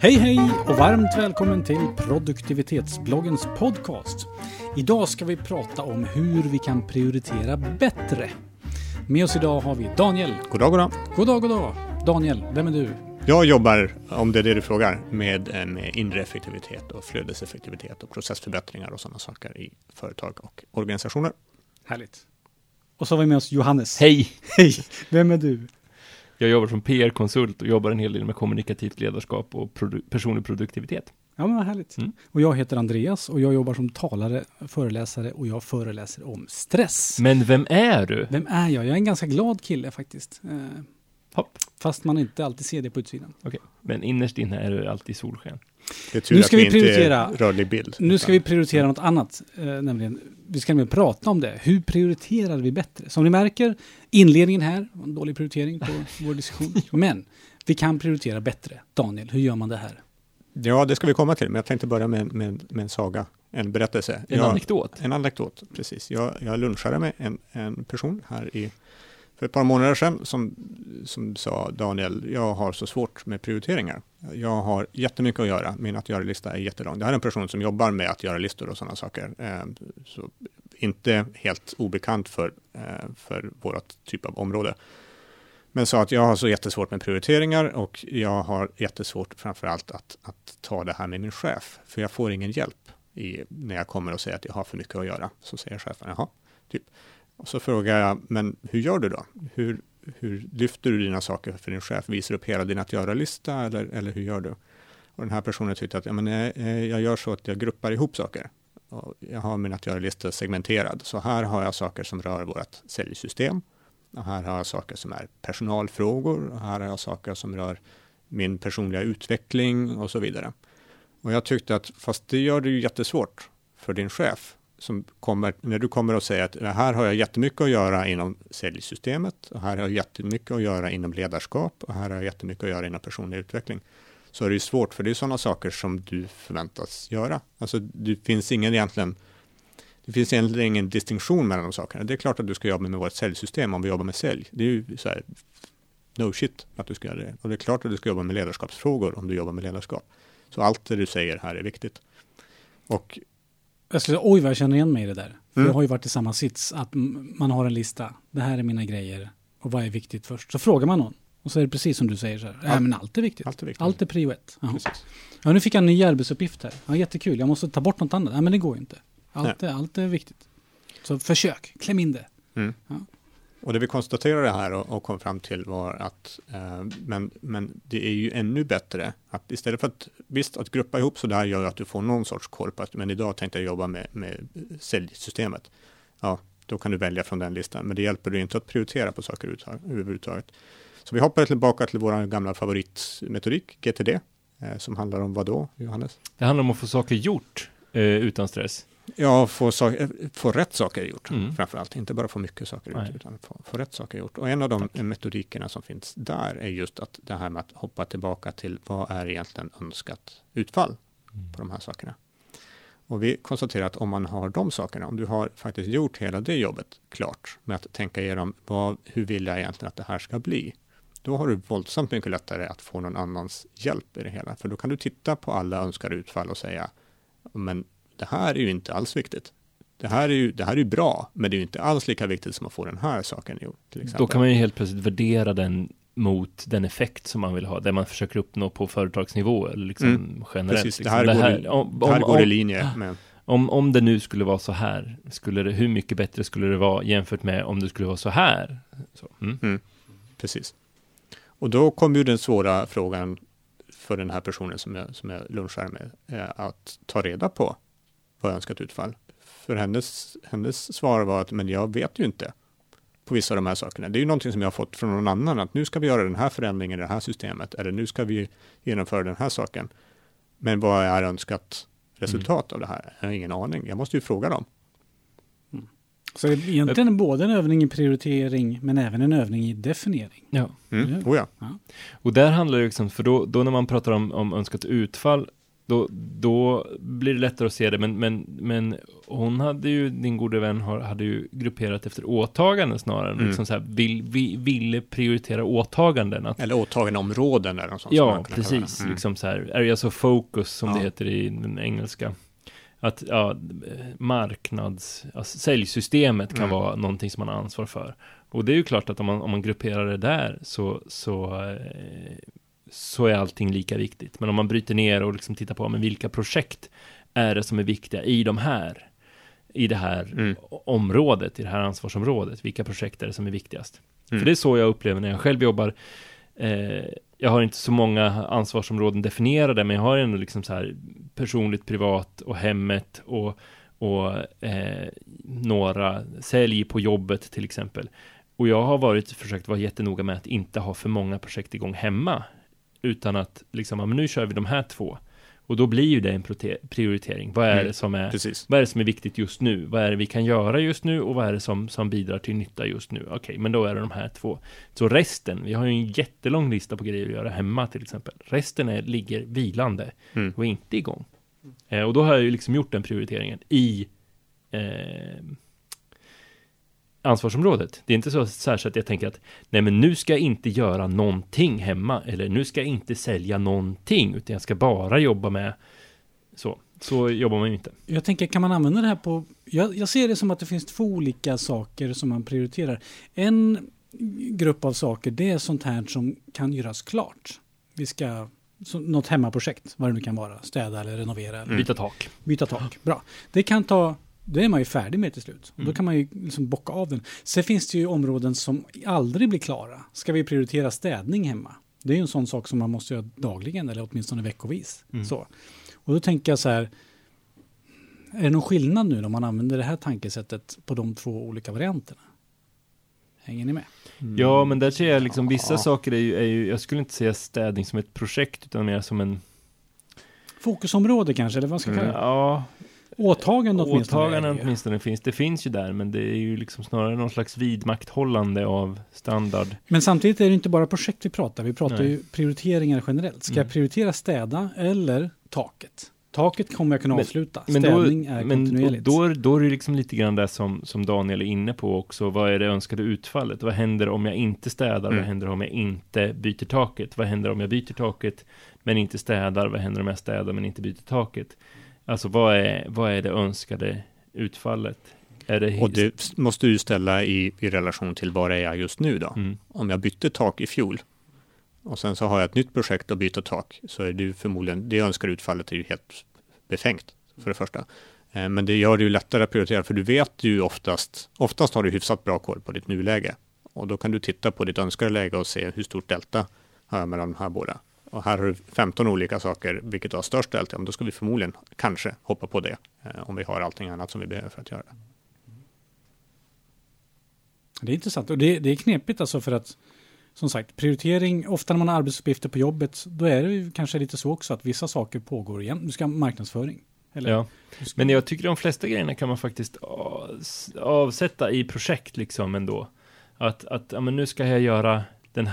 Hej och varmt välkommen till produktivitetsbloggens podcast. Idag ska vi prata om hur vi kan prioritera bättre. Med oss idag har vi Daniel. God dag. God dag. Daniel, vem är du? Jag jobbar, om det är det du frågar, med inre effektivitet och flödeseffektivitet och processförbättringar och sådana saker i företag och organisationer. Härligt. Och så har vi med oss Johannes. Hej! Vem är du? Jag jobbar som PR-konsult och jobbar en hel del med kommunikativt ledarskap och personlig produktivitet. Ja, men vad härligt. Och jag heter Andreas och jag jobbar som talare, föreläsare och jag föreläser om stress. Men vem är du? Vem är jag? Jag är en ganska glad kille faktiskt. Hopp. Fast man inte alltid ser det på utsidan. Okej. Men innerst inne är du alltid solsken. Det är tur Nu att ska vi vi prioritera. inte är rörlig bild. Nu ska vi prioritera något annat, nämligen vi ska nämligen prata om det. Hur prioriterar vi bättre? Som ni märker, inledningen här var en dålig prioritering på vår diskussion. Men vi kan prioritera bättre. Daniel, hur gör man det här? Ja, det ska vi komma till, men jag tänkte börja med en saga, en berättelse. En anekdot, precis. Jag lunchade med en person här för ett par månader sedan som sa: Daniel, jag har så svårt med prioriteringar. Jag har jättemycket att göra. Min att göra-lista är jättelång. Det här är en person som jobbar med att göra listor och sådana saker. Så inte helt obekant för vårt typ av område. Men sa att jag har så jättesvårt med prioriteringar och jag har jättesvårt framförallt att ta det här med min chef. För jag får ingen hjälp när jag kommer och säger att jag har för mycket att göra. Så säger chefen, jaha, typ. Och så frågar jag, men hur gör du då? Hur lyfter du dina saker för din chef? Visar upp hela din att göra-lista eller hur gör du? Och den här personen tyckte att jag gör så att jag gruppar ihop saker. Och jag har min att göra-lista segmenterad. Så här har jag saker som rör vårt säljsystem. Och här har jag saker som är personalfrågor. Och här har jag saker som rör min personliga utveckling och så vidare. Och jag tyckte att fast det gör det ju jättesvårt för din chef. När du kommer och säger att här har jag jättemycket att göra inom säljsystemet och här har jag jättemycket att göra inom ledarskap och här har jag jättemycket att göra inom personlig utveckling, så är det ju svårt, för det är sådana saker som du förväntas göra. Alltså det finns egentligen ingen distinktion mellan de sakerna. Det är klart att du ska jobba med vårt säljsystem om vi jobbar med sälj. Det är ju så här, no shit att du ska göra det. Och det är klart att du ska jobba med ledarskapsfrågor om du jobbar med ledarskap. Så allt det du säger här är viktigt. Och Jag skulle säga, vad jag känner igen mig i det där. För jag har ju varit i samma sits, att man har en lista. Det här är mina grejer och vad är viktigt först. Så frågar man någon och så är det precis som du säger så här. Men allt är viktigt. Allt är prio 1. Ja, nu fick jag en ny arbetsuppgift här. Ja, jättekul. Jag måste ta bort något annat. Men det går ju inte. Allt är viktigt. Så försök, kläm in det. Ja. Och det vi konstaterade här och kom fram till var att men det är ju ännu bättre att istället för att gruppa ihop så där gör att du får någon sorts korp, men idag tänkte jag jobba med säljsystemet. Ja, då kan du välja från den listan, men det hjälper dig inte att prioritera på saker överhuvudtaget. Så vi hoppar tillbaka till vår gamla favoritmetodik, GTD, som handlar om vad då, Johannes? Det handlar om att få saker gjort utan stress. Ja, få rätt saker gjort framförallt. Inte bara få mycket saker gjort, utan få rätt saker gjort. Och en av de metodikerna som finns där är just att det här med att hoppa tillbaka till vad är egentligen önskat utfall på de här sakerna. Och vi konstaterar att om man har de sakerna, om du har faktiskt gjort hela det jobbet klart med att tänka igenom hur vill jag egentligen att det här ska bli, då har du våldsamt mycket lättare att få någon annans hjälp i det hela. För då kan du titta på alla önskade utfall och säga, men det här är ju inte alls viktigt. Det här är ju bra, men det är ju inte alls lika viktigt som att få den här saken gjord, till exempel. Då kan man ju helt plötsligt värdera den mot den effekt som man vill ha, där man försöker uppnå på företagsnivå eller liksom generellt. Precis, liksom. det här går i linje med... Om det nu skulle vara så här, hur mycket bättre skulle det vara jämfört med om det skulle vara så här? Så. Precis. Och då kommer ju den svåra frågan för den här personen som jag lunchar med, att ta reda på vad önskat utfall. För hennes svar var att men jag vet ju inte på vissa av de här sakerna. Det är ju någonting som jag har fått från någon annan, att nu ska vi göra den här förändringen i det här systemet, eller nu ska vi genomföra den här saken. Men vad är önskat resultat av det här? Jag har ingen aning. Jag måste ju fråga dem. Så egentligen både en övning i prioritering men även en övning i definiering. Ja. Ja. Och där handlar det liksom, för då när man pratar om önskat utfall då blir det lättare att se det. Men hon hade ju, din gode vän hade ju grupperat efter åtaganden snarare. Liksom så här, ville prioritera åtaganden. Eller åtagandeområden. Eller sånt ja, precis. Liksom så här, area of focus som det heter i den engelska. Att säljsystemet kan vara någonting som man har ansvar för. Och det är ju klart att om man grupperar det där så är allting lika viktigt. Men om man bryter ner och liksom tittar på men vilka projekt är det som är viktiga i det här området, i det här ansvarsområdet. Vilka projekt är det som är viktigast? För det är så jag upplever när jag själv jobbar. Jag har inte så många ansvarsområden definierade, men jag har ändå liksom så här personligt, privat och hemmet och några sälj på jobbet till exempel. Och jag har försökt vara jättenoga med att inte ha för många projekt igång hemma, utan att liksom, men nu kör vi de här 2. Och då blir ju det en prioritering. Vad är det som är viktigt just nu? Vad är det vi kan göra just nu? Och vad är det som bidrar till nytta just nu? Okej, men då är det de här 2. Så resten, vi har ju en jättelång lista på grejer att göra hemma till exempel. Resten ligger vilande och inte igång. Och då har jag ju liksom gjort den prioriteringen i ansvarsområdet. Det är inte så särskilt att jag tänker att nej, men nu ska jag inte göra någonting hemma, eller nu ska jag inte sälja någonting, utan jag ska bara jobba med så jobbar man ju inte. Jag tänker, kan man använda det här på, jag ser det som att det finns 2 olika saker som man prioriterar. En grupp av saker, det är sånt här som kan göras klart. Vi ska, något hemmaprojekt, vad det nu kan vara, städa eller renovera. Eller Byta tak, bra. Det är man ju färdig med till slut. Då kan man ju liksom bocka av den. Sen finns det ju områden som aldrig blir klara. Ska vi prioritera städning hemma? Det är ju en sån sak som man måste göra dagligen eller åtminstone veckovis. Så. Och då tänker jag så här, är det någon skillnad nu om man använder det här tankesättet på de 2 olika varianterna? Hänger ni med? Ja, men där ser jag liksom vissa saker är ju, jag skulle inte säga städning som ett projekt utan mer som en fokusområde kanske, eller vad ska jag kalla det? Ja. Åtaganden åtminstone finns. Det finns ju där, men det är ju liksom snarare någon slags vidmakthållande av standard. Men samtidigt är det inte bara projekt vi pratar ju prioriteringar generellt. Ska jag prioritera städa eller taket? Taket kommer jag kunna avsluta. Städning är kontinuerligt. Då är det liksom lite grann det som Daniel är inne på också. Vad är det önskade utfallet? Vad händer om jag inte städar? Vad händer om jag inte byter taket? Vad händer om jag byter taket men inte städar? Vad händer om jag städar men inte byter taket? Alltså vad är det önskade utfallet? Och det måste du ställa i relation till vad det är just nu då. Om jag bytte tak i fjol och sen så har jag ett nytt projekt att byta tak, så är det förmodligen, det önskade utfallet är ju helt befängt för det första. Men det gör det ju lättare att prioritera, för du vet ju oftast har du hyfsat bra koll på ditt nuläge. Och då kan du titta på ditt önskade läge och se hur stort delta har jag mellan de här båda. Och här har du 15 olika saker, vilket har störst delta. Men då ska vi förmodligen kanske hoppa på det om vi har allting annat som vi behöver för att göra det. Det är intressant, och det är knepigt alltså, för att som sagt, prioritering, ofta när man har arbetsuppgifter på jobbet, då är det ju kanske lite så också att vissa saker pågår igen. Du ska ha marknadsföring. Eller? Ja, men jag tycker de flesta grejerna kan man faktiskt avsätta i projekt liksom ändå. Att ja, men nu ska jag göra de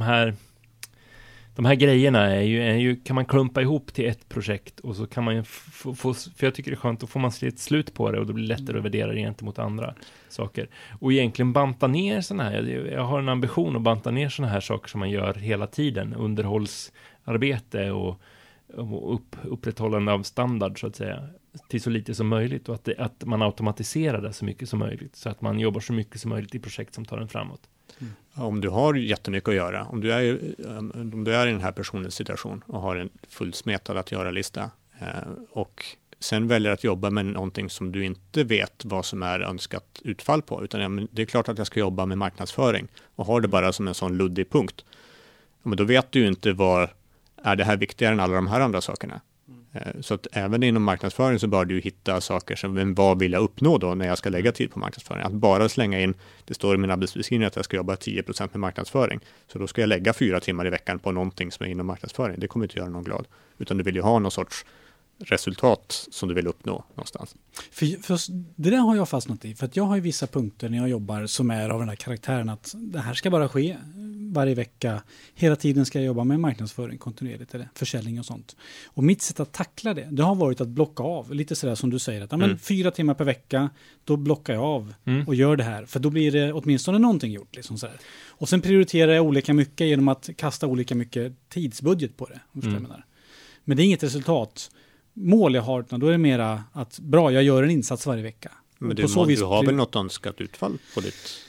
här grejerna är ju, kan man klumpa ihop till ett projekt, och så kan man ju få, för jag tycker det är skönt, då får man se ett slut på det och då blir det lättare att värdera det gentemot andra saker. Och egentligen banta ner sådana här, jag har en ambition att banta ner sådana här saker som man gör hela tiden, underhållsarbete och upprätthållande av standard så att säga, till så lite som möjligt, och att man automatiserar det så mycket som möjligt, så att man jobbar så mycket som möjligt i projekt som tar en framåt. Om du har jättemycket att göra, om du är i den här personens situation och har en fullsmetad att göra-lista och sen väljer att jobba med någonting som du inte vet vad som är önskat utfall på, utan det är klart att jag ska jobba med marknadsföring och har det bara som en sån luddig punkt, men då vet du ju inte vad är det här viktigare än alla de här andra sakerna. Så att även inom marknadsföring så bör du hitta saker som, vad vill jag uppnå då när jag ska lägga tid på marknadsföring? Att bara slänga in, det står i min arbetsbeskrivning att jag ska jobba 10% med marknadsföring, så då ska jag lägga 4 timmar i veckan på någonting som är inom marknadsföring. Det kommer inte göra någon glad, utan du vill ju ha någon sorts resultat som du vill uppnå någonstans. För det där har jag fastnat i, för att jag har ju vissa punkter när jag jobbar som är av den här karaktären att det här ska bara ske varje vecka. Hela tiden ska jag jobba med marknadsföring kontinuerligt, eller försäljning och sånt. Och mitt sätt att tackla det har varit att blocka av. Lite sådär som du säger, att 4 timmar per vecka, då blockar jag av och gör det här. För då blir det åtminstone någonting gjort. Liksom sådär. Och sen prioriterar jag olika mycket genom att kasta olika mycket tidsbudget på det. Men det är inget resultat. Mål jag har, då är det mera att bra, jag gör en insats varje vecka. Men du har väl något önskat utfall på ditt...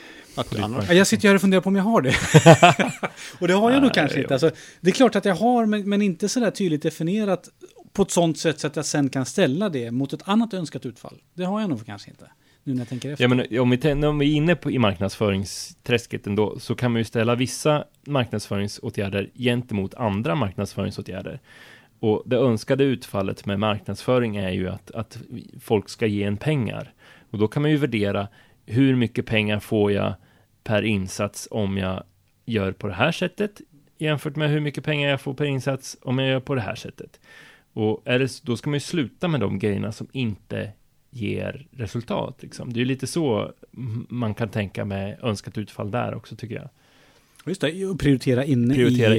Jag sitter här och funderar på om jag har det. Och det har jag nog kanske inte. Alltså, det är klart att jag har, men inte så där tydligt definierat på ett sånt sätt så att jag sen kan ställa det mot ett annat önskat utfall. Det har jag nog kanske inte. Nu när jag tänker efter. Ja, men om vi är inne i marknadsföringsträsket ändå, så kan man ju ställa vissa marknadsföringsåtgärder gentemot andra marknadsföringsåtgärder. Och det önskade utfallet med marknadsföring är ju att folk ska ge en pengar. Och då kan man ju värdera hur mycket pengar får jag per insats om jag gör på det här sättet jämfört med hur mycket pengar jag får per insats om jag gör på det här sättet. Och då ska man ju sluta med de grejerna som inte ger resultat. Liksom. Det är ju lite så man kan tänka med önskat utfall där också, tycker jag. Just det, och prioritera inne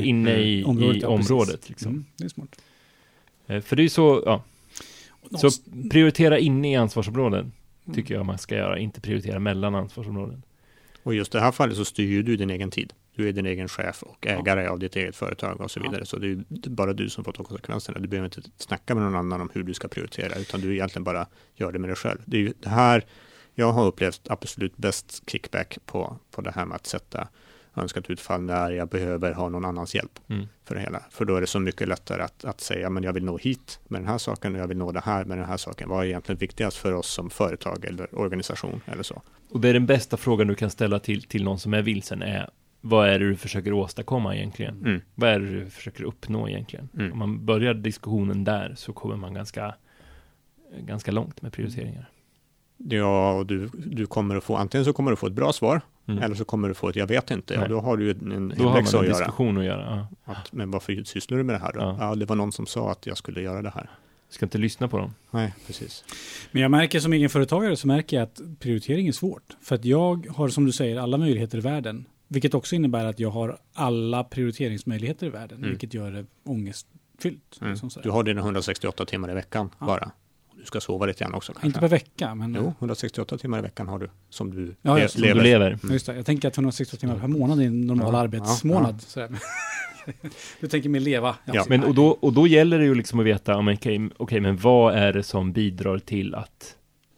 i området. Liksom. Det är smart. För det är ju så, så prioritera inne i ansvarsområden tycker jag man ska göra, inte prioritera mellan ansvarsområden. Och just i det här fallet så styr du din egen tid. Du är din egen chef och ägare av ditt eget företag och så vidare. Så det är bara du som får ta konsekvenserna. Du behöver inte snacka med någon annan om hur du ska prioritera, utan du egentligen bara gör det med dig själv. Det är ju det här jag har upplevt absolut bäst kickback på det här med att sätta önskat utfall när jag behöver ha någon annans hjälp för det hela. För då är det så mycket lättare att säga, men jag vill nå hit med den här saken och jag vill nå det här med den här saken. Vad är egentligen viktigast för oss som företag eller organisation eller så? Och det är den bästa frågan du kan ställa till någon som är vilsen är: vad är det du försöker åstadkomma egentligen? Vad är det du försöker uppnå egentligen? Om man börjar diskussionen där så kommer man ganska långt med prioriteringar. Ja, och du kommer att få, antingen så kommer du få ett bra svar eller så kommer du få ett jag vet inte. Och då har du en diskussion att göra. Men varför sysslar du med det här då? Ja, det var någon som sa att jag skulle göra det här. Ska inte lyssna på dem. Nej, precis. Men jag märker som egenföretagare så märker jag att prioritering är svårt. För att jag har, som du säger, alla möjligheter i världen. Vilket också innebär att jag har alla prioriteringsmöjligheter i världen. Vilket gör det ångestfyllt. Du har dina 168 timmar i veckan bara. Du ska sova lite grann också. Kanske. Inte per vecka, men... Jo, 168 timmar i veckan har du som du lever. Just det, jag tänker att 168 timmar per månad är en normal arbetsmånad. Ja. Du tänker mer leva. Ja, men och då gäller det ju liksom att veta, okej, men vad är det som bidrar till att...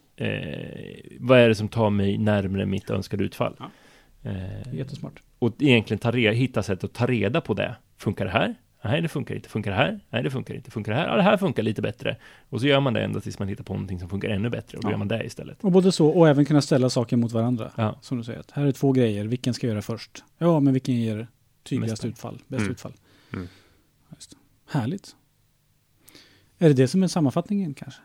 vad är det som tar mig närmare mitt önskade utfall? Ja. Jättesmart. Och egentligen hitta sätt att ta reda på det. Funkar det här? Nej, det funkar inte. Funkar det här? Nej, det funkar inte. Funkar det här? Ja, det här funkar lite bättre. Och så gör man det ända tills man hittar på någonting som funkar ännu bättre. Och då gör man det istället. Och både så, och även kunna ställa saker mot varandra. Ja. Som du säger. Här är 2 grejer. Vilken ska jag göra först? Ja, men vilken ger tydligast utfall? Bäst utfall? Just det. Härligt. Är det som är sammanfattningen kanske?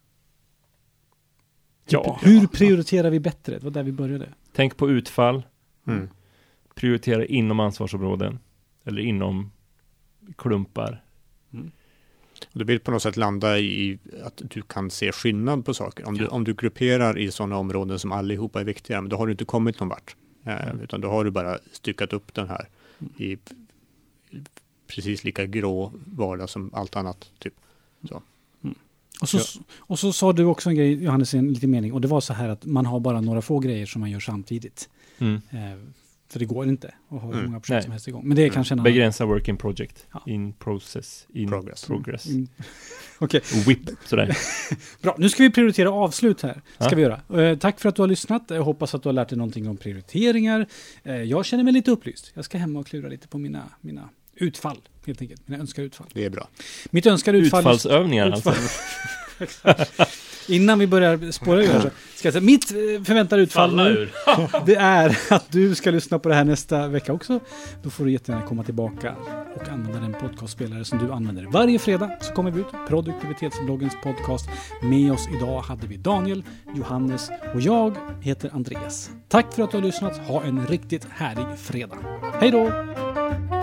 Ja. Hur prioriterar vi bättre? Det var där vi började. Tänk på utfall. Prioritera inom ansvarsområden. Eller inom klumpar. Du vill på något sätt landa i att du kan se skillnad på saker. Om du grupperar i sådana områden som allihopa är viktiga, men då har du inte kommit någon vart. Utan då har du bara styckat upp den här i precis lika grå vardag som allt annat. Typ. Så. Och så sa du också en grej, Johannes, en liten mening. Och det var så här att man har bara några få grejer som man gör samtidigt. För det går inte att ha hur många projekt som helst igång. Men det är kanske en begränsa work in project. In process. In progress. Okej. Whip, sådär. Bra, nu ska vi prioritera avslut här. Ska vi göra. Tack för att du har lyssnat. Jag hoppas att du har lärt dig någonting om prioriteringar. Jag känner mig lite upplyst. Jag ska hem och klura lite på mina utfall, helt enkelt. Mina önskade utfall. Det är bra. Mitt önskade utfall... Utfallsövningar alltså. Innan vi börjar spåra ur så ska jag säga, mitt förväntade utfall nu, det är att du ska lyssna på det här nästa vecka också. Då får du jättegärna komma tillbaka och använda den podcastspelare som du använder. Varje fredag så kommer vi ut, produktivitetsbloggens podcast. Med oss idag hade vi Daniel, Johannes och jag heter Andreas. Tack för att du har lyssnat. Ha en riktigt härlig fredag. Hej då!